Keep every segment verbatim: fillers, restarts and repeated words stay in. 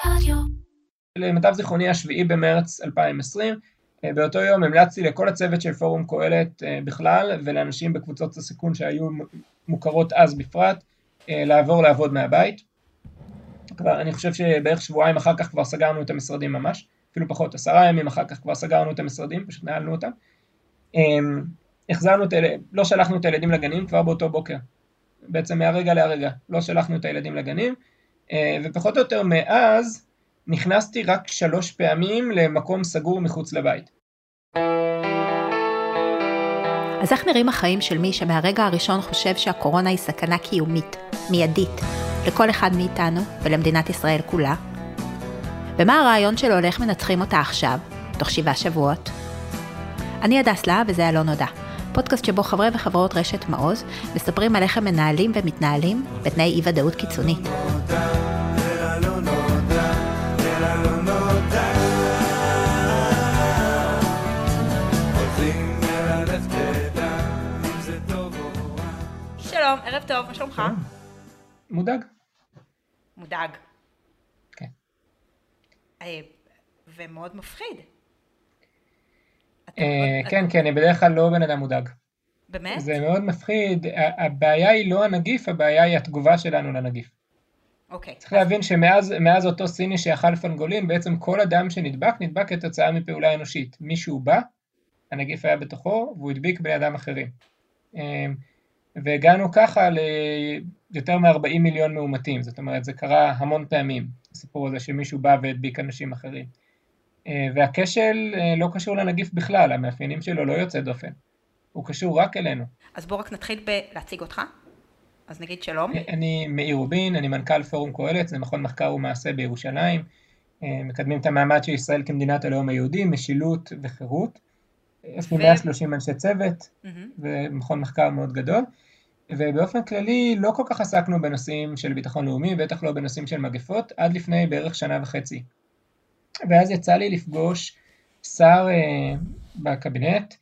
רדיו. למיטב זיכרוני השביעי במרץ אלפיים ועשרים, באותו יום המלצתי לכל הצוות של פורום קהלת בכלל ולאנשים בקבוצות הסיכון שהיו מוכרות אז בפרט, לעבור לעבוד מהבית. כבר אני חושב שבערך שבועיים אחר כך כבר סגרנו את המשרדים ממש, אפילו פחות, עשרה ימים אחר כך כבר סגרנו את המשרדים, פשוט נעלנו אותם. החזרנו את הילדים, לא שלחנו את הילדים לגנים כבר באותו בוקר, בעצם מהרגע להרגע, לא שלחנו את הילדים לגנים, ופחות או יותר מאז נכנסתי רק שלוש פעמים למקום סגור מחוץ לבית. אז איך נראים החיים של מי שמהרגע הראשון חושב שהקורונה היא סכנה קיומית, מיידית, לכל אחד מאיתנו ולמדינת ישראל כולה? ומה הרעיון שלו הולך מנצחים אותה עכשיו, תוך שבעה שבועות? אני הדס לה וזה הלא נודע, פודקאסט שבו חברי וחברות רשת מעוז מספרים על איך הם מנהלים ומתנהלים בתנאי אי ודאות קיצונית. שלום, ערב טוב, מה שלומך? מודאג. מודאג. כן. ומאוד מפחיד. כן, כן, אני בדרך כלל לא בן אדם מודאג. באמת? זה מאוד מפחיד. הבעיה היא לא הנגיף, הבעיה היא התגובה שלנו לנגיף. אוקיי. צריך להבין שמאז אותו סיני שאכל פנגולין, בעצם כל אדם שנדבק, נדבק כתוצאה מפעולה אנושית. מישהו בא, הנגיף היה בתוכו, והוא הדביק בני אדם אחרים. והגענו ככה ליותר מ-ארבעים מיליון מאומתים, זאת אומרת, זה קרה המון פעמים, הסיפור הזה שמישהו בא והדביק אנשים אחרים. והכשל לא קשור לנגיף בכלל, המאפיינים שלו לא יוצא דופן, הוא קשור רק אלינו. אז בואו רק נתחיל בלהציג אותך, אז נגיד שלום. אני מאיר רובין, אני מנכ"ל פורום קהלת, זה מכון מחקר ומעשה בירושלים, מקדמים את המעמד של ישראל כמדינת הלאום היהודי, משילות וחירות, יש לי מאה ושלושים אנשי צוות, ומכון מחקר מאוד גדול, ובאופן כללי לא כל כך עסקנו בנושאים של ביטחון לאומי, בטח לא בנושאים של מגפות, עד לפני בערך שנה וחצי. ואז יצא לי לפגוש שר אה, בקבינט,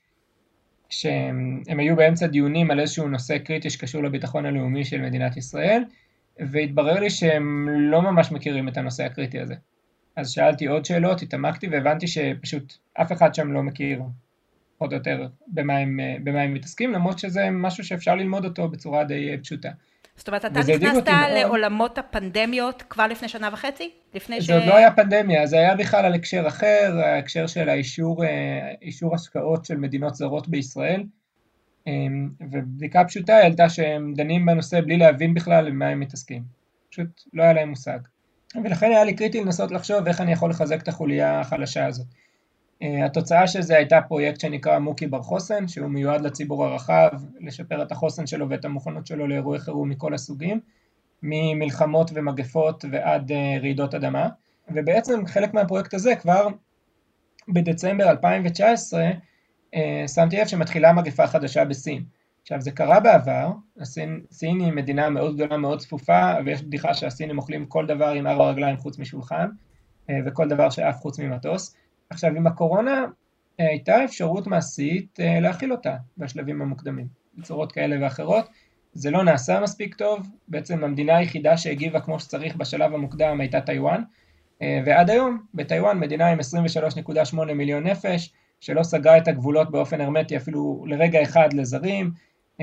שהם היו באמצע דיונים על איזשהו נושא קריטי שקשור לביטחון הלאומי של מדינת ישראל, והתברר לי שהם לא ממש מכירים את הנושא הקריטי הזה. אז שאלתי עוד שאלות, התעמקתי והבנתי שפשוט אף אחד שם לא מכיר עוד יותר במה הם, במה הם מתעסקים, למרות שזה משהו שאפשר ללמוד אותו בצורה די פשוטה. זאת אומרת, אתה נכנסת לעולמות הפנדמיות כבר לפני שנה וחצי? לפני ש... זה עוד לא היה פנדמיה, זה היה בכלל על הקשר אחר, ההקשר של האישור, אישור השקעות של מדינות זרות בישראל, ובדיקה פשוטה העלתה שהם דנים בנושא בלי להבין בכלל למה הם מתעסקים. פשוט לא היה להם מושג. ולכן היה לי קריטי לנסות לחשוב איך אני יכול לחזק את החוליה החלשה הזאת. התוצאה של זה הייתה פרויקט שנקרא מוקי בר חוסן, שהוא מיועד לציבור הרחב, לשפר את החוסן שלו ואת המוכנות שלו לאירועי חירום מכל הסוגים, ממלחמות ומגפות ועד רעידות אדמה, ובעצם חלק מהפרויקט הזה כבר בדצמבר אלפיים תשע עשרה, שמתי לב שמתחילה מגפה חדשה בסין. עכשיו זה קרה בעבר, הסין, סין היא מדינה מאוד גדולה, מאוד צפופה, ויש בדיחה שהסינים אוכלים כל דבר עם ארבע רגליים חוץ משולחן, וכל דבר שאף חוץ ממטוס. עכשיו, עם הקורונה הייתה אפשרות מעשית להכיל אותה בשלבים המוקדמים, בצורות כאלה ואחרות. זה לא נעשה מספיק טוב, בעצם המדינה היחידה שהגיבה כמו שצריך בשלב המוקדם הייתה טיואן, ועד היום בטיואן מדינה עם עשרים ושלוש נקודה שמונה מיליון נפש, שלא סגרה את הגבולות באופן הרמטי אפילו לרגע אחד לזרים,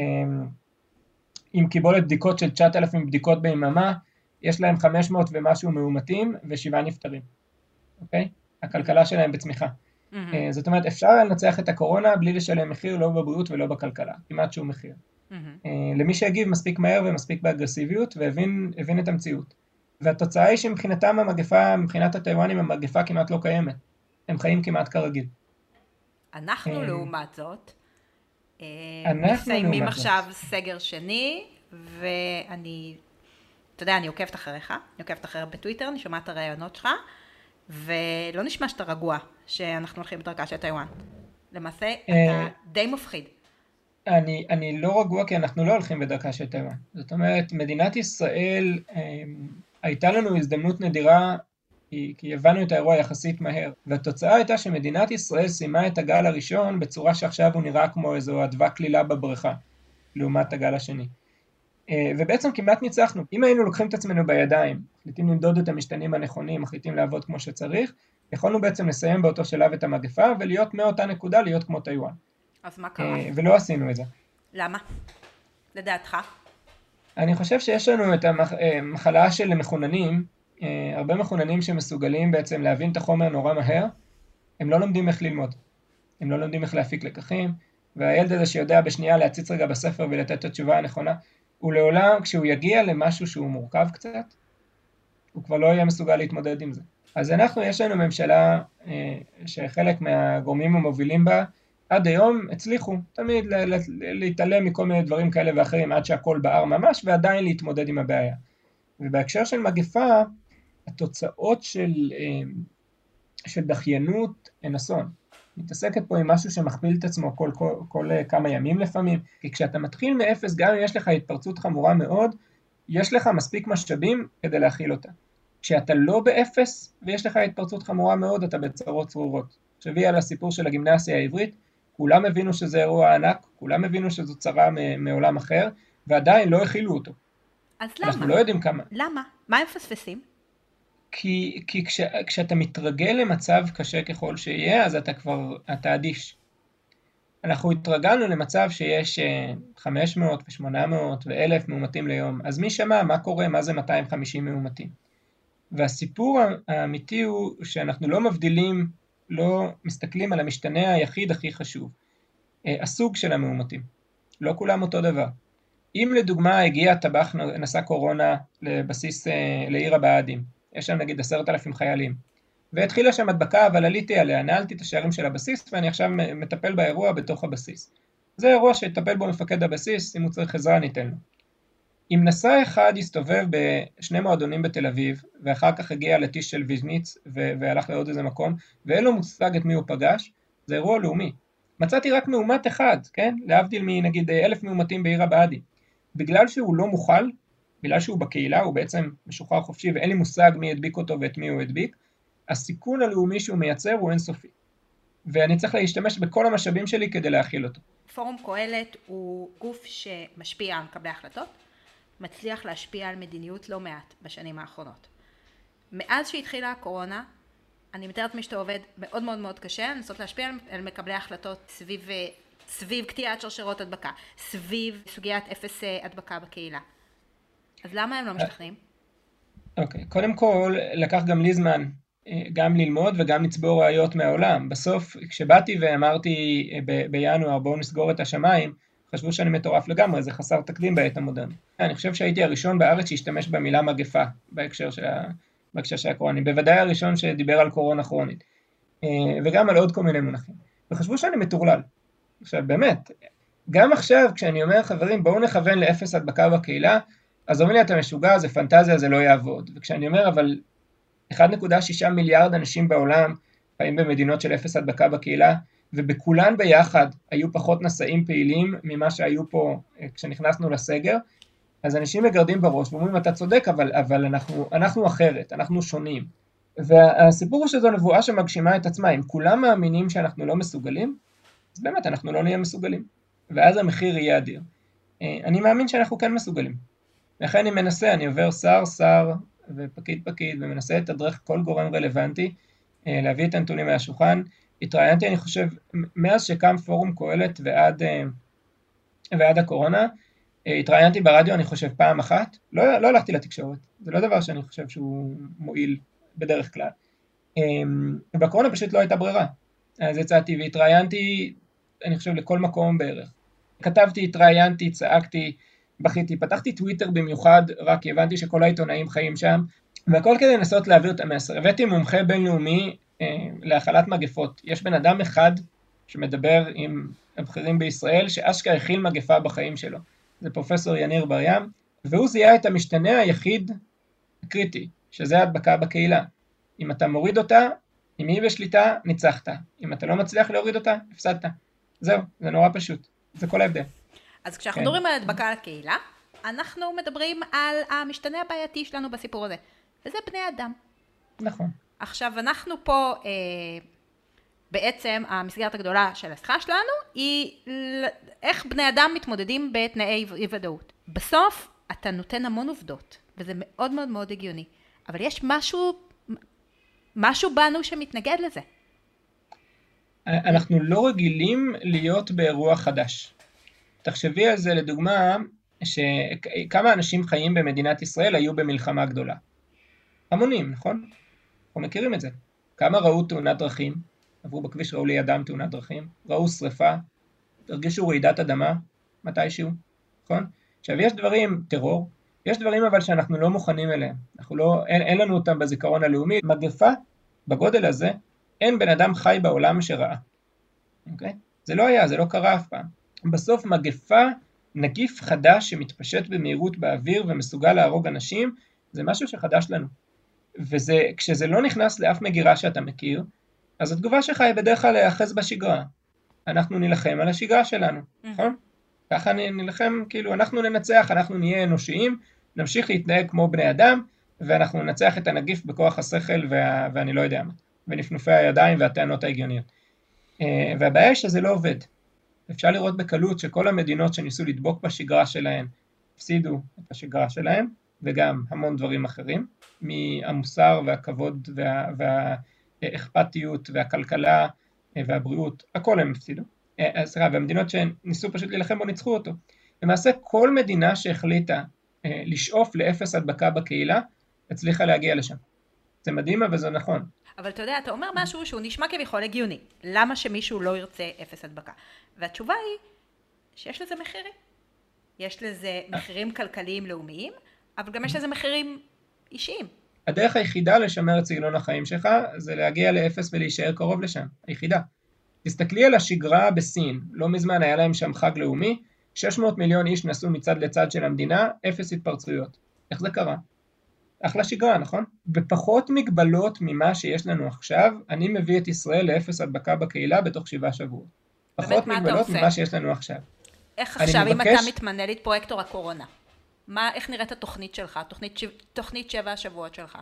עם קיבולת בדיקות של תשעת אלפים בדיקות ביממה, יש להם חמש מאות ומשהו מאומתים ושבעה נפטרים, אוקיי? הכלכלה שלהם בצמיחה. Mm-hmm. זאת אומרת, אפשר לנצח את הקורונה בלי לשלם מחיר, לא בבריאות ולא בכלכלה, כמעט שום מחיר. Mm-hmm. למי שהגיב מספיק מהר ומספיק באגרסיביות, והבין הבין את המציאות. והתוצאה היא שמבחינתם המגפה, מבחינת הטיואנים, המגפה כמעט לא קיימת. הם חיים כמעט כרגיל. אנחנו לעומת זאת, אנחנו מסיימים לעומת עכשיו סגר שני, ואני, אתה יודע, אני עוקבת אחריך, אני עוקבת אחריך בטוויטר, אני שומעת את הרעיונות שלך, ולא נשמע שאתה רגוע שאנחנו הולכים בדרכה של טיואן. למעשה, אתה די מפחיד. אני, אני לא רגוע כי אנחנו לא הולכים בדרכה של טיואן. זאת אומרת, מדינת ישראל, הייתה לנו הזדמנות נדירה, כי הבנו את האירוע יחסית מהר. והתוצאה הייתה שמדינת ישראל סיימה את הגל הראשון בצורה שעכשיו הוא נראה כמו איזו אדווה כלילה בבריכה, לעומת הגל השני. ובעצם כמעט ניצחנו. אם היינו לוקחים את עצמנו בידיים, מחליטים למדוד את המשתנים הנכונים, מחליטים לעבוד כמו שצריך, יכולנו בעצם לסיים באותו שלב את המגפה, ולהיות מאותה נקודה, להיות כמו טיואן. אז מה קרה? ולא עשינו את זה. למה? לדעתך? אני חושב שיש לנו את המחלה של מחוננים, הרבה מחוננים שמסוגלים בעצם להבין את החומר נורא מהר, הם לא לומדים איך ללמוד. הם לא לומדים איך להפיק לקחים, והילד הזה שיודע בשנייה להציץ רגע בספר ולתת את התשובה הנכונה, הוא לעולם, כשהוא יגיע למשהו שהוא מורכב קצת, הוא כבר לא יהיה מסוגל להתמודד עם זה. אז אנחנו, יש לנו ממשלה אה, שחלק מהגורמים המובילים בה, עד היום הצליחו תמיד להתעלם מכל מיני דברים כאלה ואחרים, עד שהכל בער ממש, ועדיין להתמודד עם הבעיה. ובהקשר של מגפה, התוצאות של, אה, של דחיינות הן אסון. מתעסקת פה עם משהו שמכפיל את עצמו כל, כל, כל כמה ימים לפעמים, כי כשאתה מתחיל מאפס, גם אם יש לך התפרצות חמורה מאוד, יש לך מספיק משאבים כדי להכיל אותה. כשאתה לא באפס, ויש לך התפרצות חמורה מאוד, אתה בצרות צרורות. תחשבי על הסיפור של הגימנסיה העברית, כולם הבינו שזה אירוע ענק, כולם הבינו שזו צרה מעולם אחר, ועדיין לא הכילו אותו. אז למה? אנחנו לא יודעים כמה. למה? מה הם פספסים? כי, כי כש, כשאתה מתרגל למצב קשה ככל שיהיה, אז אתה כבר, אתה אדיש. אנחנו התרגלנו למצב שיש חמש מאות ו-שמונה מאות ו-אלף מאומתים ליום, אז מי שמע מה קורה, מה זה מאתיים וחמישים מאומתים? והסיפור האמיתי הוא שאנחנו לא מבדילים, לא מסתכלים על המשתנה היחיד הכי חשוב, הסוג של המאומתים. לא כולם אותו דבר. אם לדוגמה הגיע טבח נשא קורונה לבסיס לעיר הבה"דים, יש שם נגיד עשרת אלפים חיילים, והתחילה שם הדבקה, אבל עליתי עליה, נעלתי את השערים של הבסיס, ואני עכשיו מטפל באירוע בתוך הבסיס. זה אירוע שיטפל בו מפקד הבסיס, אם הוא צריך עזרה ניתן לו. אם נשא אחד הסתובב בשני מועדונים בתל אביב, ואחר כך הגיע לטיש של ויז'ניץ, והלך לעוד איזה מקום, ואין לו מושג את מי הוא פגש, זה אירוע לאומי. מצאתי רק מאומת אחד, כן? להבדיל מנגיד אלף מאומתים בעיר הבה"דים. בגלל שהוא לא מוכל, בגלל שהוא בקהילה, הוא בעצם משוחרר חופשי, ואין לי מושג מי הדביק אותו ואת מי הוא הדביק, הסיכון הלאומי שהוא מייצר הוא אינסופי. ואני צריך להשתמש בכל המשאבים שלי כדי להכיל אותו. פורום קהלת הוא גוף שמשפיע על מקבלי החלטות, מצליח להשפיע על מדיניות לא מעט בשנים האחרונות. מאז שהתחילה הקורונה, אני מתארת מי שאתה עובד מאוד מאוד מאוד קשה, לנסות להשפיע על מקבלי החלטות סביב, סביב קטיעת שרשרות הדבקה, סביב סוגיית אפס הדבקה בקהילה. אז למה הם לא משתכנעים? אוקיי, קודם כל, לקח גם לי זמן, גם ללמוד וגם לצבור ראיות מהעולם. בסוף, כשבאתי ואמרתי ב- בינואר, בואו נסגור את השמיים, חשבו שאני מטורף לגמרי, זה חסר תקדים בעת המודרנית. אני חושב שהייתי הראשון בארץ שהשתמש במילה מגפה, בהקשר של, בהקשר של הקורונה. בוודאי הראשון שדיבר על קורונה כרונית, וגם על עוד כל מיני מונחים. וחשבו שאני מטורלל. עכשיו, באמת, גם עכשיו, כשאני אומר, חברים, בואו נכוון לאפס הדבקה בקהילה, אז אומרים לי, אתה משוגע, זה פנטזיה, זה לא יעבוד. וכשאני אומר, אבל אחד נקודה שישה מיליארד אנשים בעולם חיים במדינות של אפס הדבקה בקהילה, ובכולן ביחד היו פחות נשאים פעילים ממה שהיו פה כשנכנסנו לסגר, אז אנשים מגרדים בראש ואומרים, אתה צודק, אבל, אבל אנחנו, אנחנו אחרת, אנחנו שונים. והסיפור הוא שזו נבואה שמגשימה את עצמה. אם כולם מאמינים שאנחנו לא מסוגלים, אז באמת אנחנו לא נהיה מסוגלים. ואז המחיר יהיה אדיר. אני מאמין שאנחנו כן מסוגלים. לכן אני מנסה, אני עובר שר שר ופקיד פקיד, ומנסה לתדרך כל גורם רלוונטי, להביא את הנתונים מהשולחן. התראיינתי, אני חושב, מאז שקם פורום קהלת ועד, ועד הקורונה, התראיינתי ברדיו, אני חושב, פעם אחת, לא, לא הלכתי לתקשורת, זה לא דבר שאני חושב שהוא מועיל בדרך כלל. ובקורונה פשוט לא הייתה ברירה, אז יצאתי והתראיינתי, אני חושב, לכל מקום בערך. כתבתי, התראיינתי, צעקתי, בכיתי, פתחתי טוויטר במיוחד, רק הבנתי שכל העיתונאים חיים שם, והכל כדי לנסות להעביר את המסר. הבאתי מומחה בינלאומי אה, להכלת מגפות. יש בן אדם אחד שמדבר עם הבכירים בישראל, שאשכרה הכיל מגפה בחיים שלו. זה פרופסור יניר בר ים, והוא זיהה את המשתנה היחיד קריטי, שזה ההדבקה בקהילה. אם אתה מוריד אותה, אם היא בשליטה, ניצחת. אם אתה לא מצליח להוריד אותה, הפסדת. זהו, זה נורא פשוט. זה כל ההבדל. אז כשאנחנו מדברים על הדבקה לקהילה, אנחנו מדברים על המשתנה הבעייתי שלנו בסיפור הזה, וזה בני אדם. נכון. עכשיו, אנחנו פה, אה, בעצם המסגרת הגדולה של השיחה שלנו, היא איך בני אדם מתמודדים בתנאי אי ודאות. בסוף, אתה נותן המון עובדות, וזה מאוד מאוד מאוד הגיוני. אבל יש משהו, משהו בנו שמתנגד לזה. אנחנו לא רגילים להיות באירוע חדש. תחשבי על זה לדוגמה, שכמה אנשים חיים במדינת ישראל היו במלחמה גדולה. המונים, נכון? אנחנו מכירים את זה. כמה ראו תאונת דרכים, עברו בכביש, ראו לידם תאונת דרכים, ראו שריפה, הרגישו רעידת אדמה, מתישהו, נכון? עכשיו יש דברים, טרור, יש דברים אבל שאנחנו לא מוכנים אליהם, אנחנו לא, אין, אין לנו אותם בזיכרון הלאומי, מגפה בגודל הזה, אין בן אדם חי בעולם שראה, אוקיי? זה לא היה, זה לא קרה אף פעם. בסוף מגפה, נגיף חדש שמתפשט במהירות באוויר ומסוגל להרוג אנשים, זה משהו שחדש לנו. וזה, כשזה לא נכנס לאף מגירה שאתה מכיר, אז התגובה שלך היא בדרך כלל להיאחז בשגרה. אנחנו נלחם על השגרה שלנו, נכון? ככה נלחם, כאילו אנחנו ננצח, אנחנו נהיה אנושיים, נמשיך להתנהג כמו בני אדם, ואנחנו ננצח את הנגיף בכוח השכל וה, ואני לא יודע מה, ונפנופי הידיים והטענות ההגיוניות. והבעיה היא שזה לא עובד. אפשר לראות בקלות שכל המדינות שניסו לדבוק בשגרה שלהן, הפסידו את השגרה שלהן, וגם המון דברים אחרים, מהמוסר והכבוד וה, והאכפתיות והכלכלה והבריאות, הכל הם הפסידו. סליחה, והמדינות שניסו פשוט להילחם בו ניצחו אותו. למעשה כל מדינה שהחליטה לשאוף לאפס הדבקה בקהילה, הצליחה להגיע לשם. זה מדהים אבל זה נכון. אבל אתה יודע, אתה אומר משהו שהוא נשמע כביכול הגיוני. למה שמישהו לא ירצה אפס הדבקה? והתשובה היא שיש לזה מחירים. יש לזה מחירים כלכליים לאומיים, אבל גם יש לזה מחירים אישיים. הדרך היחידה לשמר את סגנון החיים שלך, זה להגיע לאפס ולהישאר קרוב לשם. היחידה. תסתכלי על השגרה בסין. לא מזמן היה להם שם חג לאומי, שש מאות מיליון איש נסעו מצד לצד של המדינה, אפס התפרצויות. איך זה קרה? אחלה שגרה, נכון? בפחות מגבלות ממה שיש לנו עכשיו, אני מביא את ישראל לאפס הדבקה בקהילה בתוך שבעה שבועות. פחות מגבלות ממה שיש לנו עכשיו. איך עכשיו מבקש... אם אתה מתמנה לי את פרויקטור הקורונה? מה, איך נראית התוכנית שלך? תוכנית, תוכנית שבע השבועות שלך?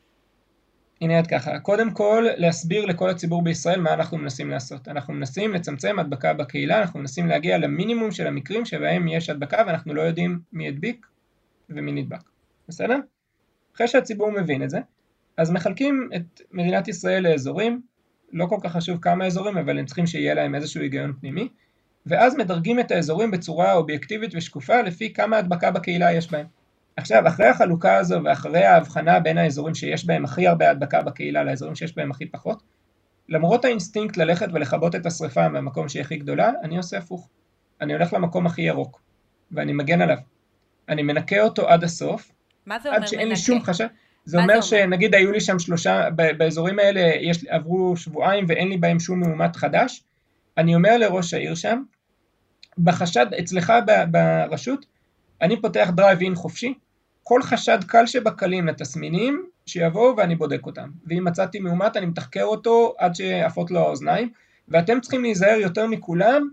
הנה עד ככה. קודם כל, להסביר לכל הציבור בישראל מה אנחנו מנסים לעשות. אנחנו מנסים לצמצם הדבקה בקהילה, אנחנו מנסים להגיע למינימום של המקרים שבהם יש הדבקה, ואנחנו לא יודעים מי הדביק ומי נדבק. בסדר? אחרי שהציבור מבין את זה, אז מחלקים את מדינת ישראל לאזורים, לא כל כך חשוב כמה אזורים, אבל הם צריכים שיהיה להם איזשהו היגיון פנימי, ואז מדרגים את האזורים בצורה אובייקטיבית ושקופה, לפי כמה הדבקה בקהילה יש בהם. עכשיו, אחרי החלוקה הזו, ואחרי ההבחנה בין האזורים שיש בהם הכי הרבה הדבקה בקהילה, לאזורים שיש בהם הכי פחות, למרות האינסטינקט ללכת ולכבות את השריפה מהמקום שהיא הכי גדולה, אני עושה הפוך. אני הולך למקום הכי ירוק, ואני מגן עליו. אני מנקה אותו עד הסוף, מה זה אומר עד שאין לי שום חשש. זה אומר שנגיד היו לי שם שלושה, באזורים האלה יש, עברו שבועיים ואין לי בהם שום מאומת חדש, אני אומר לראש העיר שם, בחשד, אצלך ברשות, אני פותח דרייב אין חופשי, כל חשד קל שבקלים לתסמינים, שיבואו ואני בודק אותם. ואם מצאתי מאומת, אני מתחקר אותו עד שעפות לו האוזניים, ואתם צריכים להיזהר יותר מכולם,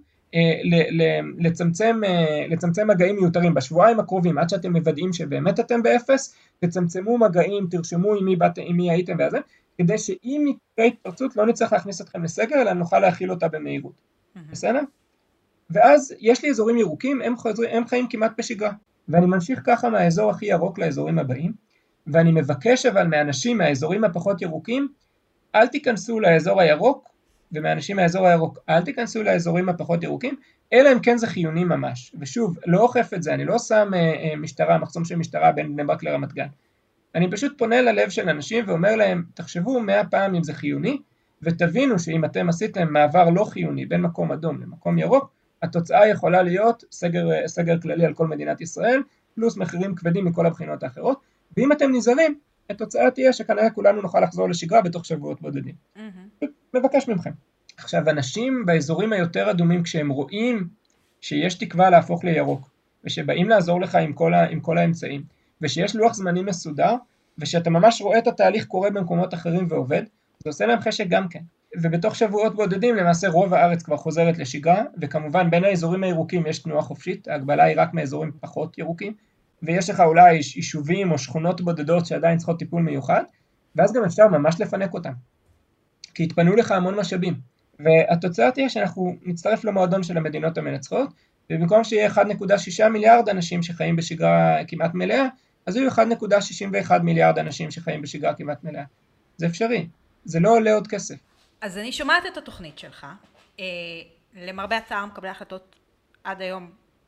לצמצם, לצמצם מגעים מיותרים בשבועיים הקרובים, עד שאתם מוודאים שבאמת אתם באפס, תצמצמו מגעים, תרשמו עם מי, באת, עם מי הייתם וזה, כדי שאם יקרה התפרצות לא נצטרך להכניס אתכם לסגר, אלא נוכל להכיל אותה במהירות. בסדר? ואז יש לי אזורים ירוקים, הם, חוזרים, הם חיים כמעט בשגרה, ואני ממשיך ככה מהאזור הכי ירוק לאזורים הבאים, ואני מבקש אבל מאנשים מהאזורים הפחות ירוקים, אל תיכנסו לאזור הירוק, ומאנשים מהאזור הירוק, אל תיכנסו לאזורים הפחות ירוקים, אלא אם כן זה חיוני ממש. ושוב, לא אוכף את זה, אני לא שם אה, אה, משטרה, מחסום של משטרה בין בני ברק לרמת גן. אני פשוט פונה ללב של אנשים ואומר להם, תחשבו מאה פעם אם זה חיוני, ותבינו שאם אתם עשיתם מעבר לא חיוני בין מקום אדום למקום ירוק, התוצאה יכולה להיות סגר, סגר כללי על כל מדינת ישראל, פלוס מחירים כבדים מכל הבחינות האחרות, ואם אתם נזהרים, התוצאה תהיה שכנראה כולנו נוכל לחזור לשגרה בתוך שבועות בודדים. Mm-hmm. מבקש מכם. עכשיו, אנשים באזורים היותר אדומים, כשהם רואים שיש תקווה להפוך לירוק, ושבאים לעזור לך עם כל, ה, עם כל האמצעים, ושיש לוח זמנים מסודר, ושאתה ממש רואה את התהליך קורה במקומות אחרים ועובד, זה עושה להם חשק גם כן. ובתוך שבועות בודדים, למעשה רוב הארץ כבר חוזרת לשגרה, וכמובן בין האזורים הירוקים יש תנועה חופשית, ההגבלה היא רק מאזורים פחות ירוקים, ויש לך אולי יישובים או שכונות בודדות שעדיין צריכות טיפול מיוחד, ואז גם אפשר ממש לפנק אותם, כי התפנו לך המון משאבים, והתוצאה תהיה שאנחנו נצטרף למועדון של המדינות המנצחות, ובמקום שיהיה אחד נקודה שישה מיליארד אנשים שחיים בשגרה כמעט מלאה, אז יהיו אחד נקודה שישים ואחד מיליארד אנשים שחיים בשגרה כמעט מלאה. זה אפשרי, זה לא עולה עוד כסף. אז אני שומעת את התוכנית שלך, אה, למרבה הצער מקבלי החלטות עד היום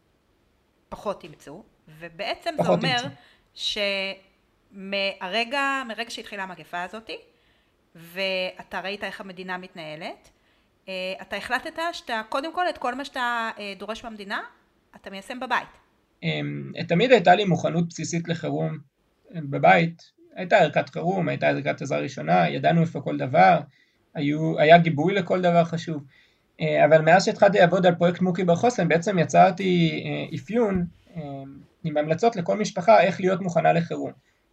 פחות ימצאו, ובעצם פחות זה אומר ימצאו. שמהרגע, מרגע שהתחילה המגפה הזאת, ואתה ראית איך המדינה מתנהלת, אתה החלטת שאתה, קודם כל, את כל מה שאתה דורש מהמדינה, אתה מיישם בבית. תמיד הייתה לי מוכנות בסיסית לחירום בבית. הייתה ערכת חירום, הייתה ערכת עזרה ראשונה, ידענו איפה כל דבר, היו, היה גיבוי לכל דבר חשוב. אבל מאז שהתחלתי לעבוד על פרויקט מוקי בחוסן, בעצם יצרתי אפיון עם המלצות לכל משפחה איך להיות מוכנה לחירום.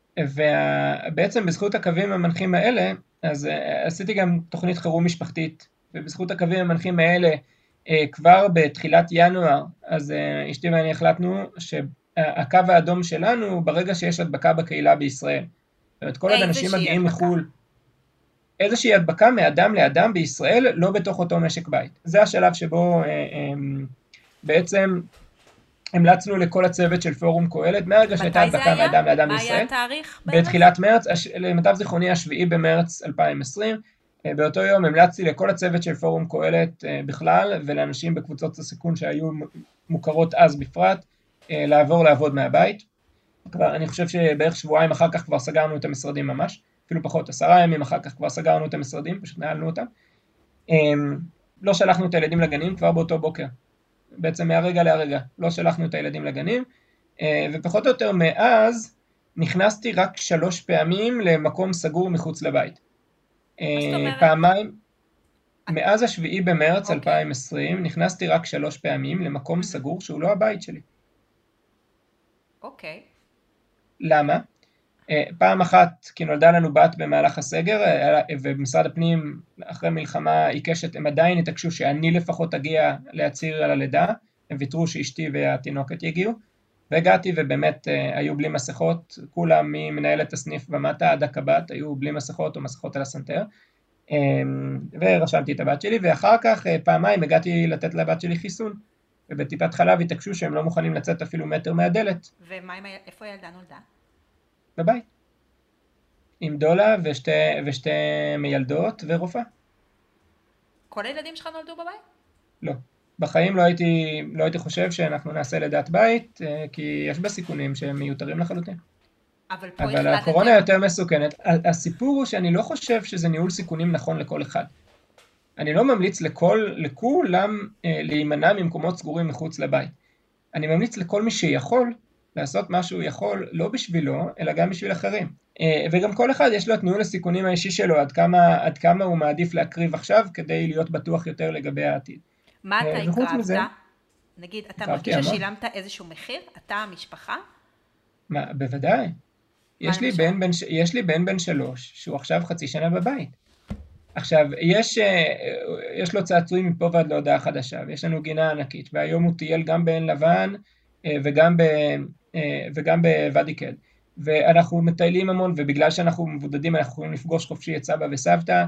ובעצם בזכות הקווים המנחים האלה, אז עשיתי גם תוכנית חירום משפחתית, ובזכות הקווים המנחים האלה, כבר בתחילת ינואר, אז אשתי ואני החלטנו שהקו האדום שלנו, ברגע שיש הדבקה בקהילה בישראל. זאת אומרת, כל עוד אנשים מגיעים מחול, איזושהי הדבקה מאדם לאדם בישראל, לא בתוך אותו משק בית. זה השלב שבו בעצם המלצנו לכל הצוות של פורום קהלת, מהרגע שהייתה הדבקה מאדם לאדם בישראל. מה היה התאריך? בתחילת מרץ, למיטב זיכרוני השביעי במרץ אלפיים עשרים, באותו יום המלצתי לכל הצוות של פורום קהלת בכלל, ולאנשים בקבוצות הסיכון שהיו מוכרות אז בפרט, לעבור לעבוד מהבית. כבר, אני חושב שבערך שבועיים אחר כך כבר סגרנו את המשרדים ממש, אפילו פחות, עשרה ימים אחר כך כבר סגרנו את המשרדים, פשוט נעלנו אותם. לא שלחנו את הילדים לגנים כבר באותו בוקר, בעצם מהרגע להרגע, לא שלחנו את הילדים לגנים, ופחות או יותר מאז נכנסתי רק שלוש פעמים למקום סגור מחוץ לבית. פעמיים, מאז השביעי במרץ okay. אלפיים עשרים, נכנסתי רק שלוש פעמים למקום mm-hmm. סגור שהוא לא הבית שלי. אוקיי. Okay. למה? פעם אחת, כי נולדה לנו בת במהלך הסגר, ובמשרד הפנים אחרי מלחמה עיקשת, הם עדיין התעקשו שאני לפחות אגיע להצהיר על הלידה, הם ויתרו שאשתי והתינוקת יגיעו, והגעתי ובאמת היו בלי מסכות, כולם ממנהלת הסניף ומטה עד הקב"ט, היו בלי מסכות או מסכות על הסנטר, ורשמתי את הבת שלי, ואחר כך פעמיים הגעתי לתת לבת שלי חיסון, ובטיפת חלב התעקשו שהם לא מוכנים לצאת אפילו מטר מהדלת. ומה, איפה הילדה נולדה? בבית. עם דולה ושתי, ושתי מילדות ורופאה. כל הילדים שלך נולדו בבית? לא. בחיים לא הייתי, לא הייתי חושב שאנחנו נעשה לידת בית, כי יש בה סיכונים שהם מיותרים לחלוטין. אבל פה אבל הקורונה יותר מסוכנת. הסיפור הוא שאני לא חושב שזה ניהול סיכונים נכון לכל אחד. אני לא ממליץ לכל, לכולם להימנע ממקומות סגורים מחוץ לבית. אני ממליץ לכל מי שיכול לעשות מה שהוא יכול, לא בשבילו, אלא גם בשביל אחרים. וגם כל אחד יש לו את ניהול הסיכונים האישי שלו, עד כמה, עד כמה הוא מעדיף להקריב עכשיו, כדי להיות בטוח יותר לגבי העתיד. מה אתה הקרבת? נגיד, אתה מרגיש ששילמת איזשהו מחיר? אתה המשפחה? מה, בוודאי. יש לי בן, בן, יש לי בן בן שלוש, שהוא עכשיו חצי שנה בבית. עכשיו, יש, יש לו צעצועים מפה ועד להודעה חדשה, ויש לנו גינה ענקית, והיום הוא טייל גם בעין לבן, וגם, ב, וגם בוואדי קד. ואנחנו מטיילים המון, ובגלל שאנחנו מבודדים, אנחנו יכולים לפגוש חופשי את סבא וסבתא,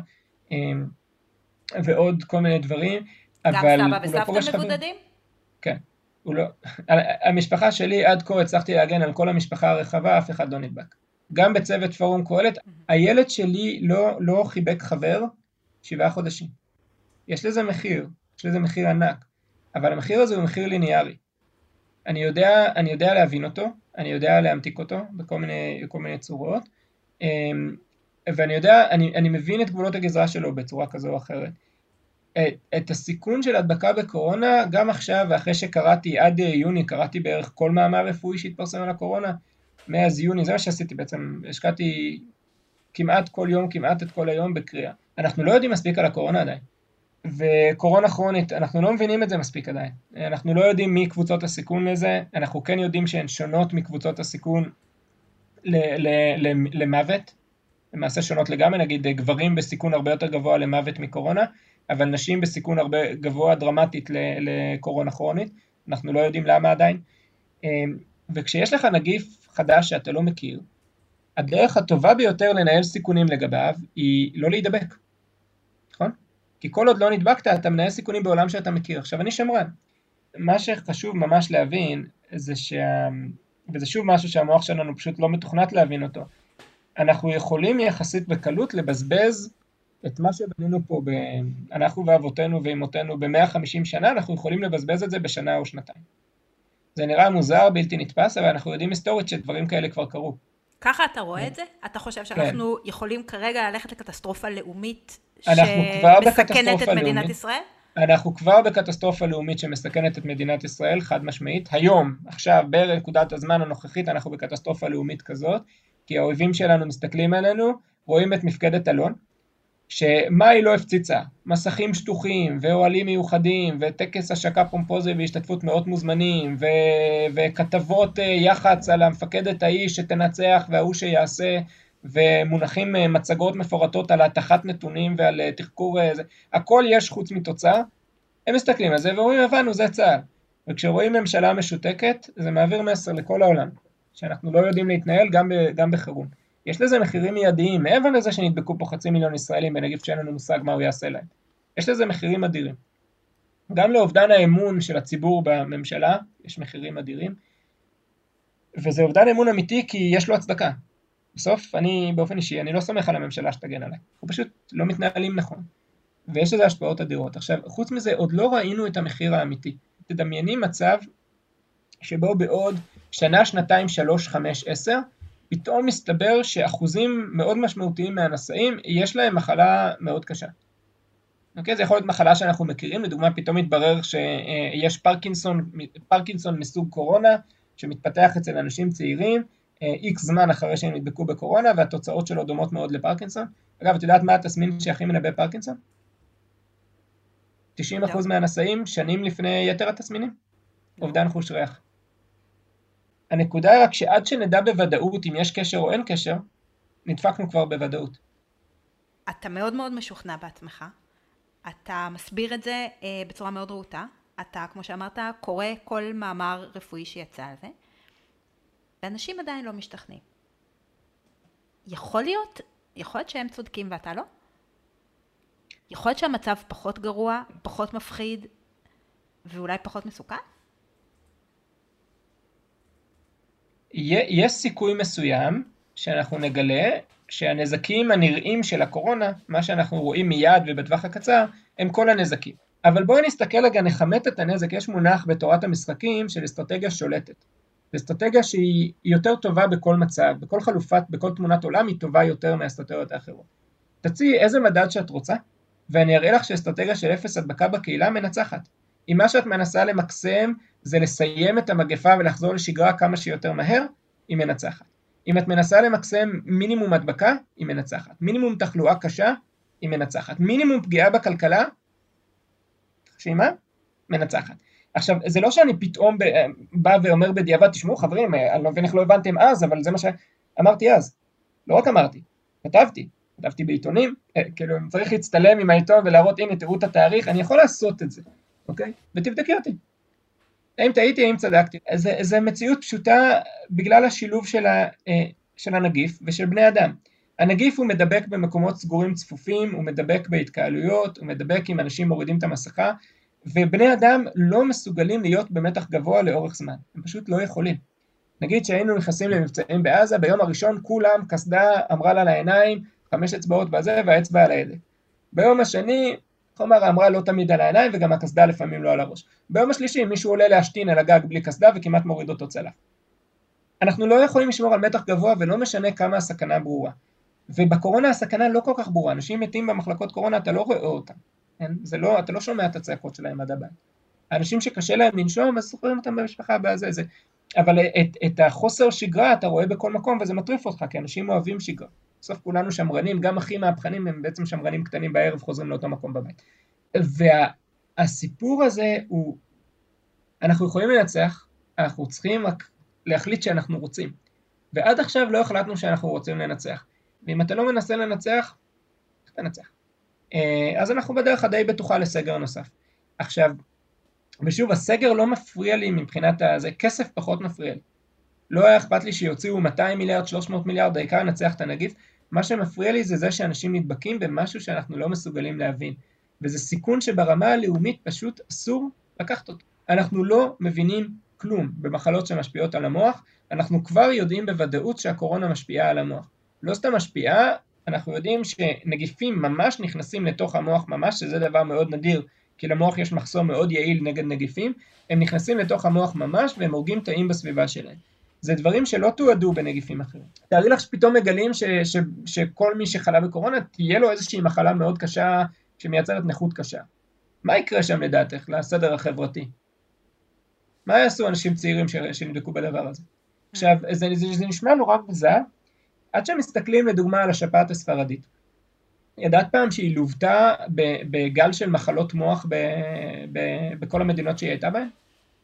ועוד כל מיני דברים. גם סבא וסבתא מבודדים? כן. הוא לא, המשפחה שלי עד כה הצלחתי להגן על כל המשפחה הרחבה, אף אחד לא נדבק. גם בצוות פורום קהלת, הילד שלי לא, לא חיבק חבר שבעה חודשים. יש לזה מחיר, יש לזה מחיר ענק, אבל המחיר הזה הוא מחיר ליניארי. אני יודע, אני יודע להבין אותו, אני יודע להמתיק אותו בכל מיני, כל מיני צורות, ואני יודע, אני, אני מבין את גבולות הגזרה שלו בצורה כזו או אחרת. את, את הסיכון של הדבקה בקורונה, גם עכשיו, ואחרי שקראתי עד יוני, קראתי בערך כל מאמר רפואי שהתפרסם על הקורונה, מאז יוני, זה מה שעשיתי בעצם, השקעתי כמעט כל יום, כמעט את כל היום בקריאה. אנחנו לא יודעים מספיק על הקורונה עדיין, וקורונה כרונית, אנחנו לא מבינים את זה מספיק עדיין, אנחנו לא יודעים מי קבוצות הסיכון לזה, אנחנו כן יודעים שהן שונות מקבוצות הסיכון ל- ל- ל- למוות, למעשה שונות לגמרי, נגיד גברים בסיכון הרבה יותר גבוה למוות מקורונה, אבל נשים בסיכון הרבה גבוה דרמטית לקורונה כרונית, אנחנו לא יודעים למה עדיין, וכשיש לך נגיף חדש שאתה לא מכיר, הדרך הטובה ביותר לנהל סיכונים לגביו היא לא להידבק, נכון? כי כל עוד לא נדבקת אתה מנהל סיכונים בעולם שאתה מכיר. עכשיו אני שמרן, מה שחשוב ממש להבין, זה שה... וזה שוב משהו שהמוח שלנו פשוט לא מתוכנת להבין אותו, אנחנו יכולים יחסית בקלות לבזבז את מה שבנינו פה, ב... אנחנו ואבותינו ואימותינו ב-מאה וחמישים שנה, אנחנו יכולים לבזבז את זה בשנה או שנתיים. זה נראה מוזר, בלתי נתפס, אבל אנחנו יודעים היסטורית שדברים כאלה כבר קרו. ככה אתה רואה את זה? אתה חושב שאנחנו יכולים כרגע ללכת לקטסטרופה לאומית שמסכנת את מדינת ישראל? אנחנו כבר בקטסטרופה לאומית שמסכנת את מדינת ישראל, חד משמעית. היום, עכשיו, בנקודת הזמן הנוכחית, אנחנו בקטסטרופה לאומית כזאת, כי האויבים שלנו מסתכלים עלינו, רואים את מפקדת אלון, שמה היא לא הפציצה? מסכים שטוחים, ואוהלים מיוחדים, וטקס השקה פומפוזי והשתתפות מאות מוזמנים, ו... וכתבות יח"צ על המפקדת האיש שתנצח והוא שיעשה, ומונחים מצגות מפורטות על התחת נתונים ועל תחקור, הכל יש חוץ מתוצאה. הם מסתכלים על זה ואומרים, הבנו, זה צה"ל. וכשרואים ממשלה משותקת, זה מעביר מסר לכל העולם, שאנחנו לא יודעים להתנהל גם, ב... גם בחירום. יש לזה מחירים מיידיים, מעבר לזה שנדבקו פה חצי מיליון ישראלים בנגיף שאין לנו מושג מה הוא יעשה להם. יש לזה מחירים אדירים. גם לאובדן האמון של הציבור בממשלה, יש מחירים אדירים, וזה אובדן אמון אמיתי כי יש לו הצדקה. בסוף, אני באופן אישי, אני לא סומך על הממשלה שתגן עליי. אנחנו פשוט לא מתנהלים נכון. ויש לזה השפעות אדירות. עכשיו, חוץ מזה, עוד לא ראינו את המחיר האמיתי. תדמיינים מצב שבו בעוד שנה, שנתיים, שלוש, חמש, עשר, פתאום מסתבר שאחוזים מאוד משמעותיים מהנשאים, יש להם מחלה מאוד קשה. אוקיי? זה יכול להיות מחלה שאנחנו מכירים, לדוגמה פתאום מתברר שיש פרקינסון, פרקינסון מסוג קורונה, שמתפתח אצל אנשים צעירים, איקס זמן אחרי שהם נדבקו בקורונה, והתוצאות שלו דומות מאוד לפרקינסון. אגב, את יודעת מה התסמין שהכי מנבא פרקינסון? תשעים אחוז מהנשאים שנים לפני יתר התסמינים, אובדן חוש ריח. הנקודה היא רק שעד שנדע בוודאות אם יש קשר או אין קשר, נדפקנו כבר בוודאות. אתה מאוד מאוד משוכנע בעצמך, אתה מסביר את זה אה, בצורה מאוד רהוטה, אתה, כמו שאמרת, קורא כל מאמר רפואי שיצא על זה, ואנשים עדיין לא משתכנעים. יכול להיות, יכול להיות שהם צודקים ואתה לא? יכול להיות שהמצב פחות גרוע, פחות מפחיד, ואולי פחות מסוכן? יש סיכוי מסוים שאנחנו נגלה שהנזקים הנראים של הקורונה, מה שאנחנו רואים מיד ובטווח הקצר, הם כל הנזקים. אבל בואו נסתכל רגע, נחמת את הנזק. יש מונח בתורת המשחקים של אסטרטגיה שולטת. אסטרטגיה שהיא יותר טובה בכל מצב, בכל חלופת, בכל תמונת עולם, היא טובה יותר מהאסטרטגיות האחרות. תציעי איזה מדד שאת רוצה, ואני אראה לך שאסטרטגיה של אפס הדבקה בקהילה מנצחת. אם מה שאת מנסה למקסם זה לסיים את המגפה ולחזור לשגרה כמה שיותר מהר, היא מנצחת. אם את מנסה למקסם מינימום הדבקה, היא מנצחת. מינימום תחלואה קשה, היא מנצחת. מינימום פגיעה בכלכלה, שמה? מנצחת. עכשיו, זה לא שאני פתאום בא ואומר בדיעבד, תשמעו חברים, אני לא מבין איך לא הבנתם אז, אבל זה מה שאמרתי אז. לא רק אמרתי, כתבתי. כתבתי בעיתונים, כאילו צריך להצטלם עם העיתון ולהראות, הנה תראו את התאריך, אני יכול לעשות את זה, אוקיי? ותבדקי אותי. האם טעיתי, האם צדקתי. זה, זה מציאות פשוטה בגלל השילוב של, ה, של הנגיף ושל בני אדם. הנגיף הוא מדבק במקומות סגורים צפופים, הוא מדבק בהתקהלויות, הוא מדבק אם אנשים מורידים את המסכה, ובני אדם לא מסוגלים להיות במתח גבוה לאורך זמן. הם פשוט לא יכולים. נגיד שהיינו נכנסים למבצעים בעזה, ביום הראשון כולם קסדה אמרה לה לעיניים, חמש אצבעות בזה והאצבע על הידק. ביום השני, חומר אמרה לא תמיד על העיניים וגם הקסדה לפעמים לא על הראש. ביום השלישי מישהו עולה להשתין על הגג בלי קסדה וכמעט מוריד אותו צלף. אנחנו לא יכולים לשמור על מתח גבוה ולא משנה כמה הסכנה ברורה. ובקורונה הסכנה לא כל כך ברורה. אנשים מתים במחלקות קורונה, אתה לא רואה אותם. זה לא, אתה לא שומע את הצעקות שלהם עד הבית. האנשים שקשה להם לנשום, אז זוכרים אותם במשפחה בזה, זה. אבל את, את החוסר שגרה אתה רואה בכל מקום וזה מטריף אותך, כי אנשים אוהבים שגרה. בסוף כולנו שמרנים, גם הכי מהפכנים הם בעצם שמרנים קטנים בערב, חוזרים לאותו מקום בבית. והסיפור הזה הוא, אנחנו יכולים לנצח, אנחנו צריכים רק להחליט שאנחנו רוצים. ועד עכשיו לא החלטנו שאנחנו רוצים לנצח. ואם אתה לא מנסה לנצח, איך תנצח? אז אנחנו בדרך הדי בטוחה לסגר נוסף. עכשיו, ושוב, הסגר לא מפריע לי מבחינת הזה, כסף פחות מפריע לי. לא היה אכפת לי שיוציאו מאתיים מיליארד, שלוש מאות מיליארד, העיקר לנצח את הנגיף. מה שמפריע לי זה זה שאנשים נדבקים במשהו שאנחנו לא מסוגלים להבין. וזה סיכון שברמה הלאומית פשוט אסור לקחת אותו. אנחנו לא מבינים כלום במחלות שמשפיעות על המוח, אנחנו כבר יודעים בוודאות שהקורונה משפיעה על המוח. לא סתם משפיעה, אנחנו יודעים שנגיפים ממש נכנסים לתוך המוח ממש, שזה דבר מאוד נדיר, כי למוח יש מחסום מאוד יעיל נגד נגיפים, הם נכנסים לתוך המוח ממש והם הורגים תאים בסביבה שלהם. זה דברים שלא תועדו בנגיפים אחרים. תארי לך שפתאום מגלים ש, ש, שכל מי שחלה בקורונה תהיה לו איזושהי מחלה מאוד קשה שמייצרת נכות קשה. מה יקרה שם לדעתך לסדר החברתי? מה יעשו אנשים צעירים שנדבקו בדבר הזה? עכשיו, זה, זה, זה נשמע נורא מוזר, עד שמסתכלים לדוגמה על השפעת הספרדית. ידעת פעם שהיא לוותה בגל של מחלות מוח ב, ב, בכל המדינות שהיא הייתה בהן?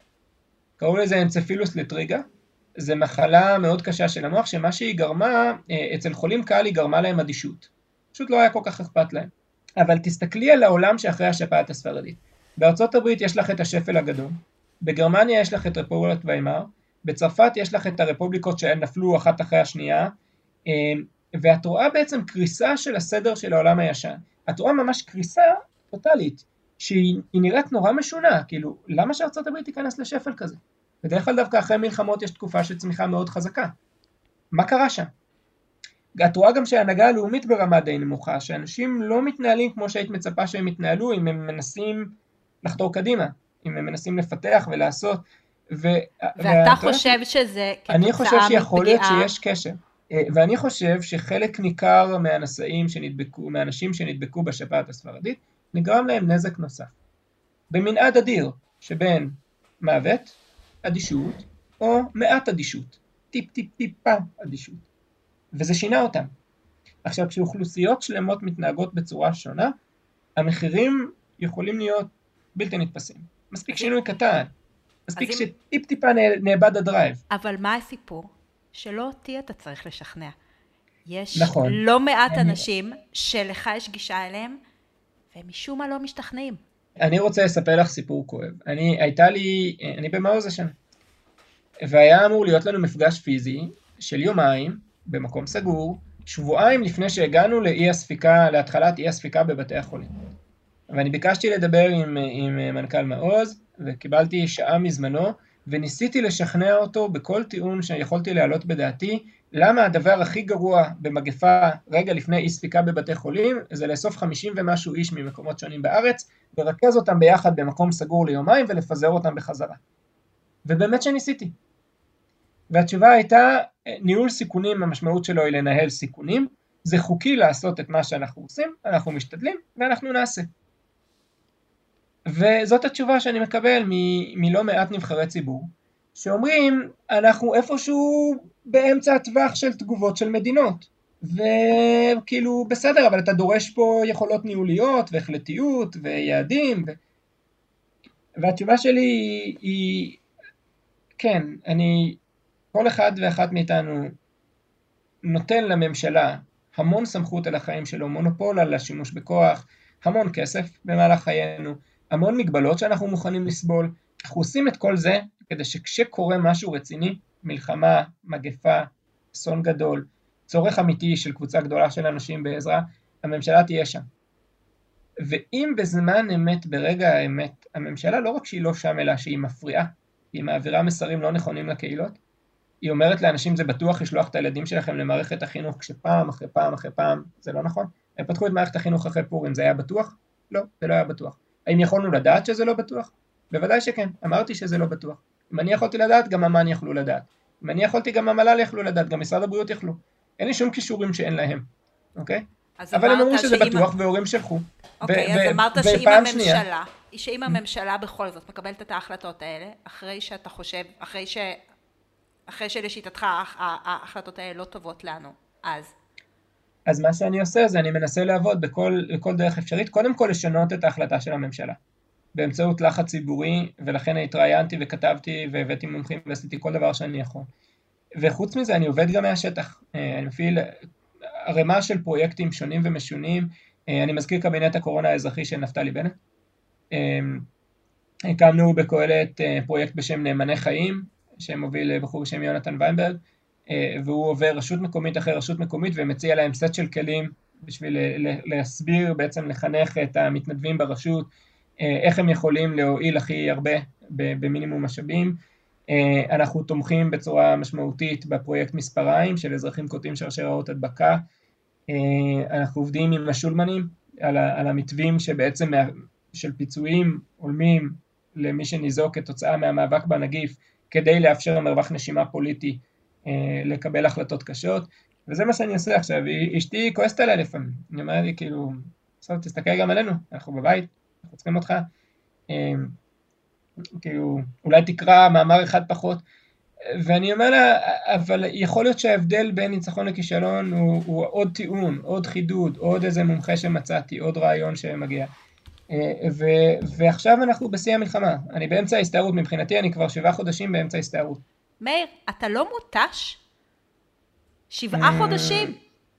קראו לזה אנצפילוס לטריגה. זה מחלה מאוד קשה של המוח, שמה שהיא גרמה, אצל חולים קל היא גרמה להם אדישות. פשוט לא היה כל כך אכפת להם. אבל תסתכלי על העולם שאחרי השפעת הספרדית. בארצות הברית יש לך את השפל הגדול, בגרמניה יש לך את רפובליקת ויימאר, בצרפת יש לך את הרפובליקות שהן נפלו אחת אחרי השנייה, ואת רואה בעצם קריסה של הסדר של העולם הישן. את רואה ממש קריסה טוטלית, שהיא נראית נורא משונה, כאילו, למה שארצות הברית תיכנס לשפל כזה? בדרך כלל דווקא אחרי מלחמות יש תקופה של צמיחה מאוד חזקה. מה קרה שם? את רואה גם שההנהגה הלאומית ברמה די נמוכה, שאנשים לא מתנהלים כמו שהיית מצפה שהם מתנהלו, אם הם מנסים לחתור קדימה, אם הם מנסים לפתח ולעשות. ו... ואתה חושב שזה כתוצאה מפגיעה? אני חושב שיכול להיות שיש קשר. ואני חושב שחלק ניכר מהנשאים שנדבקו, מהאנשים שנדבקו בשפעת הספרדית, נגרם להם נזק נוסף. במנעד אדיר, שבין מוות, אדישות, או מעט אדישות. טיפ טיפ טיפה אדישות. וזה שינה אותם. עכשיו, כשאוכלוסיות שלמות מתנהגות בצורה שונה, המחירים יכולים להיות בלתי נתפסים. מספיק שינוי קטן. מספיק שטיפ טיפה נאבד הדרייב. אבל מה הסיפור? שלא אותי אתה צריך לשכנע. יש נכון. לא מעט אנשים שלך יש גישה אליהם, והם משום מה לא משתכנעים. אני רוצה לספר לך סיפור כואב. אני, הייתה לי, אני במעוז השנה, והיה אמור להיות לנו מפגש פיזי של יומיים, במקום סגור, שבועיים לפני שהגענו לאי הספיקה, להתחלת אי הספיקה בבתי החולים. ואני ביקשתי לדבר עם, עם מנכ"ל מעוז, וקיבלתי שעה מזמנו, וניסיתי לשכנע אותו בכל טיעון שיכולתי להעלות בדעתי, למה הדבר הכי גרוע במגפה רגע לפני אי ספיקה בבתי חולים, זה לאסוף חמישים ומשהו איש ממקומות שונים בארץ, לרכז אותם ביחד במקום סגור ליומיים, ולפזר אותם בחזרה. ובאמת שניסיתי. והתשובה הייתה, ניהול סיכונים, המשמעות שלו היא לנהל סיכונים, זה חוקי לעשות את מה שאנחנו עושים, אנחנו משתדלים, ואנחנו נעשה. וזאת התשובה שאני מקבל מ- מלא מעט נבחרי ציבור, שאומרים, אנחנו איפשהו באמצע הטווח של תגובות של מדינות, וכאילו בסדר, אבל אתה דורש פה יכולות ניהוליות, והחלטיות, ויעדים, ו... והתשובה שלי היא, היא, כן, אני, כל אחד ואחת מאיתנו נותן לממשלה המון סמכות על החיים שלו, מונופול על השימוש בכוח, המון כסף במהלך חיינו, המון מגבלות שאנחנו מוכנים לסבול. אנחנו עושים את כל זה כדי שכשקורה משהו רציני, מלחמה, מגפה, אסון גדול, צורך אמיתי של קבוצה גדולה של אנשים בעזרה, הממשלה תהיה שם. ואם בזמן אמת, ברגע האמת, הממשלה לא רק שהיא לא שם, אלא שהיא מפריעה, היא מעבירה מסרים לא נכונים לקהילות, היא אומרת לאנשים זה בטוח לשלוח את הילדים שלכם למערכת החינוך, כשפעם אחרי פעם אחרי פעם, זה לא נכון. הם פתחו את מערכת החינוך אחרי פורים, זה היה בטוח? לא, זה לא היה בטוח. האם יכולנו לדעת שזה לא בטוח? בוודאי שכן, אמרתי שזה לא בטוח. אם אני יכולתי לדעת, גם אמ"ן יכלו לדעת. אם אני יכולתי, גם המל"ל יכלו לדעת, גם משרד הבריאות יכלו. אין לי שום קישורים שאין להם, אוקיי? אבל הם אמרו שזה בטוח, והורים שלחו. אוקיי, אז אמרת שאם הממשלה, שאם הממשלה בכל זאת מקבלת את ההחלטות האלה, אחרי שאתה חושב, אחרי ש... אחרי שלשיטתך ההחלטות האלה לא טובות לנו, אז? אז מה שאני עושה זה אני מנסה לעבוד בכל, בכל דרך אפשרית, קודם כל לשנות את ההחלטה של הממשלה, באמצעות לחץ ציבורי, ולכן התראיינתי וכתבתי והבאתי מומחים ועשיתי כל דבר שאני יכול. וחוץ מזה אני עובד גם מהשטח, אני מפעיל הרמה של פרויקטים שונים ומשונים, אני מזכיר קבינט הקורונה האזרחי של נפתלי בנט, הקמנו בקהלת פרויקט בשם נאמני חיים, שמוביל בחור בשם יונתן ויינברג, והוא עובר רשות מקומית אחרי רשות מקומית, ומציע להם סט של כלים, בשביל להסביר, בעצם לחנך את המתנדבים ברשות, איך הם יכולים להועיל הכי הרבה במינימום משאבים. אנחנו תומכים בצורה משמעותית בפרויקט מספריים של אזרחים קוטעים שרשראות הדבקה. אנחנו עובדים עם השולמנים על, על המתווים שבעצם של פיצויים הולמים למי שניזוק כתוצאה מהמאבק בנגיף, כדי לאפשר מרווח נשימה פוליטי לקבל החלטות קשות, וזה מה שאני עושה עכשיו. אשתי כועסת עליי לפעמים, אני אומר לי כאילו, בסדר, תסתכל גם עלינו, אנחנו בבית, אנחנו צריכים אותך, כאילו, אולי תקרא מאמר אחד פחות, ואני אומר לה, אבל יכול להיות שההבדל בין ניצחון לכישלון הוא, הוא עוד טיעון, עוד חידוד, עוד איזה מומחה שמצאתי, עוד רעיון שמגיע. ו, ועכשיו אנחנו בשיא המלחמה, אני באמצע ההסתערות, מבחינתי אני כבר שבעה חודשים באמצע ההסתערות. מאיר, אתה לא מוטש? שבעה חודשים?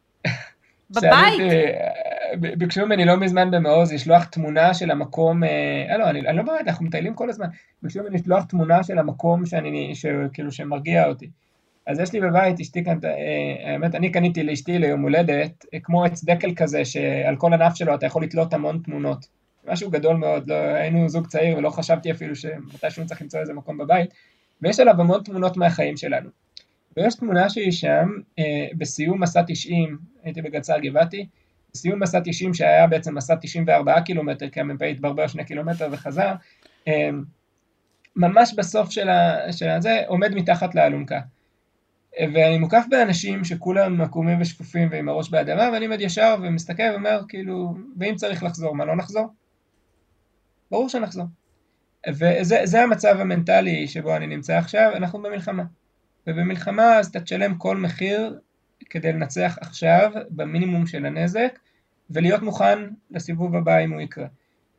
בבית? ביקשו ממני לא מזמן במעוז לשלוח תמונה של המקום, אה, לא, אני, אני לא בבית, אנחנו מטיילים כל הזמן, ביקשו ממני לשלוח תמונה של המקום שאני, שכאילו שמרגיע אותי. אז יש לי בבית, אשתי כאן, אה, האמת, אני קניתי לאשתי ליום הולדת, כמו עץ דקל כזה, שעל כל ענף שלו אתה יכול לתלות המון תמונות. משהו גדול מאוד, לא, היינו זוג צעיר ולא חשבתי אפילו שמתישהו צריך למצוא איזה מקום בבית, ויש עליו המון תמונות מהחיים שלנו. ויש תמונה שהיא שם, אה, בסיום מסע תשעים, הייתי בגצר גבעתי, בסיום מסע תשעים שהיה בעצם מסע תשעים וארבעה קילומטר, כי המ"פ התברבר שני קילומטר וחזר, אה, ממש בסוף של, ה, של הזה עומד מתחת לאלונקה. ואני מוקף באנשים שכולם מקומים ושקופים ועם הראש באדמה, ואני עומד ישר ומסתכל ואומר, כאילו, ואם צריך לחזור, מה לא נחזור? ברור שנחזור. וזה זה המצב המנטלי שבו אני נמצא עכשיו, אנחנו במלחמה. ובמלחמה אז אתה תשלם כל מחיר כדי לנצח עכשיו במינימום של הנזק, ולהיות מוכן לסיבוב הבא אם הוא יקרה.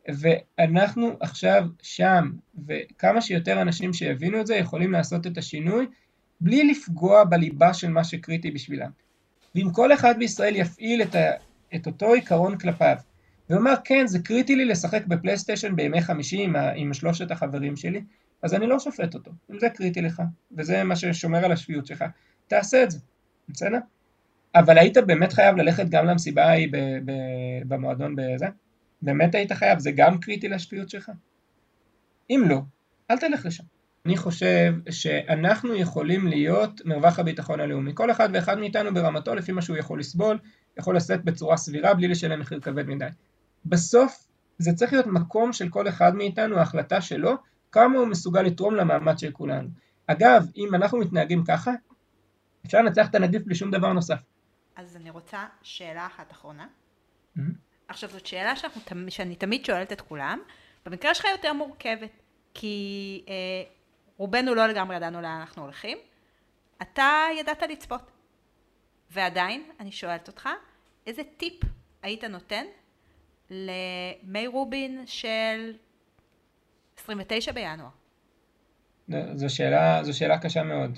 ואנחנו עכשיו שם, וכמה שיותר אנשים שיבינו את זה יכולים לעשות את השינוי, בלי לפגוע בליבה של מה שקריטי בשבילם. ואם כל אחד בישראל יפעיל את, ה, את אותו עיקרון כלפיו, ואומר, כן, זה קריטי לי לשחק בפלייסטיישן בימי חמישי עם, עם שלושת החברים שלי, אז אני לא שופט אותו. אם זה קריטי לך, וזה מה ששומר על השפיות שלך, תעשה את זה, בסדר? אבל היית באמת חייב ללכת גם למסיבה ההיא במועדון בזה? באמת היית חייב? זה גם קריטי לשפיות שלך? אם לא, אל תלך לשם. אני חושב שאנחנו יכולים להיות מרווח הביטחון הלאומי. כל אחד ואחד מאיתנו ברמתו, לפי מה שהוא יכול לסבול, יכול לשאת בצורה סבירה, בלי לשלם מחיר כבד מדי. בסוף, זה צריך להיות מקום של כל אחד מאיתנו, ההחלטה שלו, כמה הוא מסוגל לתרום למאמץ של כולנו. אגב, אם אנחנו מתנהגים ככה, אפשר לנצח את הנגיף בלי שום דבר נוסף. אז אני רוצה שאלה אחת אחרונה. Mm-hmm. עכשיו, זאת שאלה שאנחנו, שאני תמיד שואלת את כולם, במקרה שלך יותר מורכבת, כי אה, רובנו לא לגמרי ידענו לאן אנחנו הולכים, אתה ידעת לצפות. ועדיין, אני שואלת אותך, איזה טיפ היית נותן למי רובין של עשרים ותשעה בינואר? זו שאלה, זו שאלה קשה מאוד.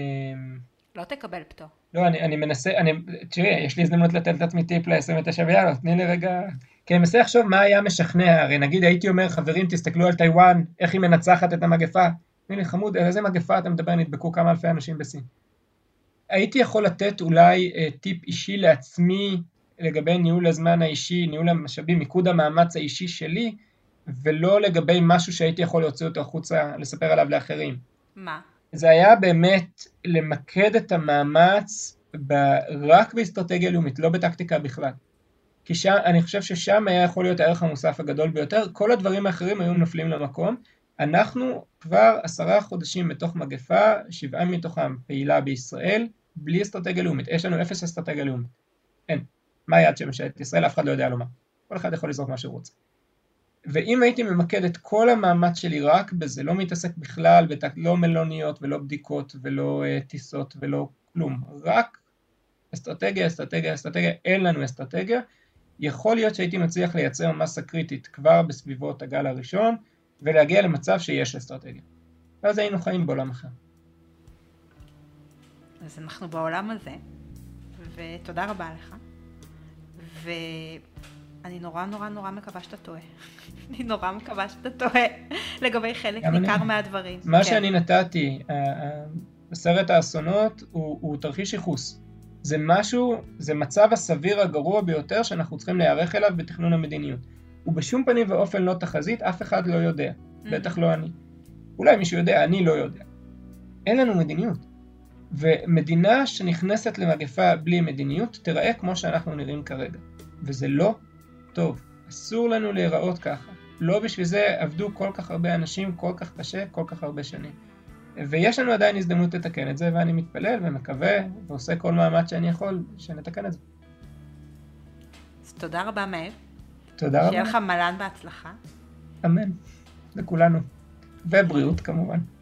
לא תקבל פטור. לא, אני, אני מנסה, אני, תראי, יש לי הזדמנות לתת את עצמי טיפ ל-עשרים ותשעה בינואר, תני לי רגע, כי אני מנסה לחשוב מה היה משכנע, הרי נגיד הייתי אומר, חברים, תסתכלו על טיואן, איך היא מנצחת את המגפה, תני לי חמוד, איזה מגפה אתה מדבר, נדבקו כמה אלפי אנשים בסין. הייתי יכול לתת אולי אה, טיפ אישי לעצמי, לגבי ניהול הזמן האישי, ניהול המשאבים, מיקוד המאמץ האישי שלי, ולא לגבי משהו שהייתי יכול להוציא אותו החוצה, לספר עליו לאחרים. מה? זה היה באמת למקד את המאמץ ב- רק באסטרטגיה לאומית, לא בטקטיקה בכלל. כי שם, אני חושב ששם היה יכול להיות הערך המוסף הגדול ביותר, כל הדברים האחרים היו נופלים למקום. אנחנו כבר עשרה חודשים בתוך מגפה, שבעה מתוכם פעילה בישראל, בלי אסטרטגיה לאומית. יש לנו אפס אסטרטגיה לאומית. אין. מה היעד שממשלת ישראל? אף אחד לא יודע לומר. כל אחד יכול לזרוק מה שהוא רוצה. ואם הייתי ממקד את כל המאמץ שלי רק בזה, לא מתעסק בכלל, לא מלוניות ולא בדיקות ולא uh, טיסות ולא כלום, רק אסטרטגיה, אסטרטגיה, אסטרטגיה, אין לנו אסטרטגיה, יכול להיות שהייתי מצליח לייצר מסה קריטית כבר בסביבות הגל הראשון, ולהגיע למצב שיש אסטרטגיה. ואז היינו חיים בעולם אחר. אז אנחנו בעולם הזה, ותודה רבה לך, ואני נורא נורא נורא מקווה שאתה טועה. אני נורא מקווה שאתה טועה לגבי חלק ניכר מהדברים. מה שאני נתתי, בסרט האסונות, הוא תרחיש ייחוס. זה משהו, זה מצב הסביר הגרוע ביותר שאנחנו צריכים להיערך אליו בתכנון המדיניות. ובשום פנים ואופן לא תחזית, אף אחד לא יודע, בטח לא אני. אולי מישהו יודע, אני לא יודע. אין לנו מדיניות. ומדינה שנכנסת למגפה בלי מדיניות תראה כמו שאנחנו נראים כרגע. וזה לא טוב. אסור לנו להיראות ככה. לא בשביל זה עבדו כל כך הרבה אנשים, כל כך קשה, כל כך הרבה שנים. ויש לנו עדיין הזדמנות לתקן את זה, ואני מתפלל ומקווה ועושה כל מאמץ שאני יכול שנתקן את זה. אז תודה רבה, מאיר. תודה רבה. שיהיה לך מלן בהצלחה. אמן. לכולנו. ובריאות כמובן.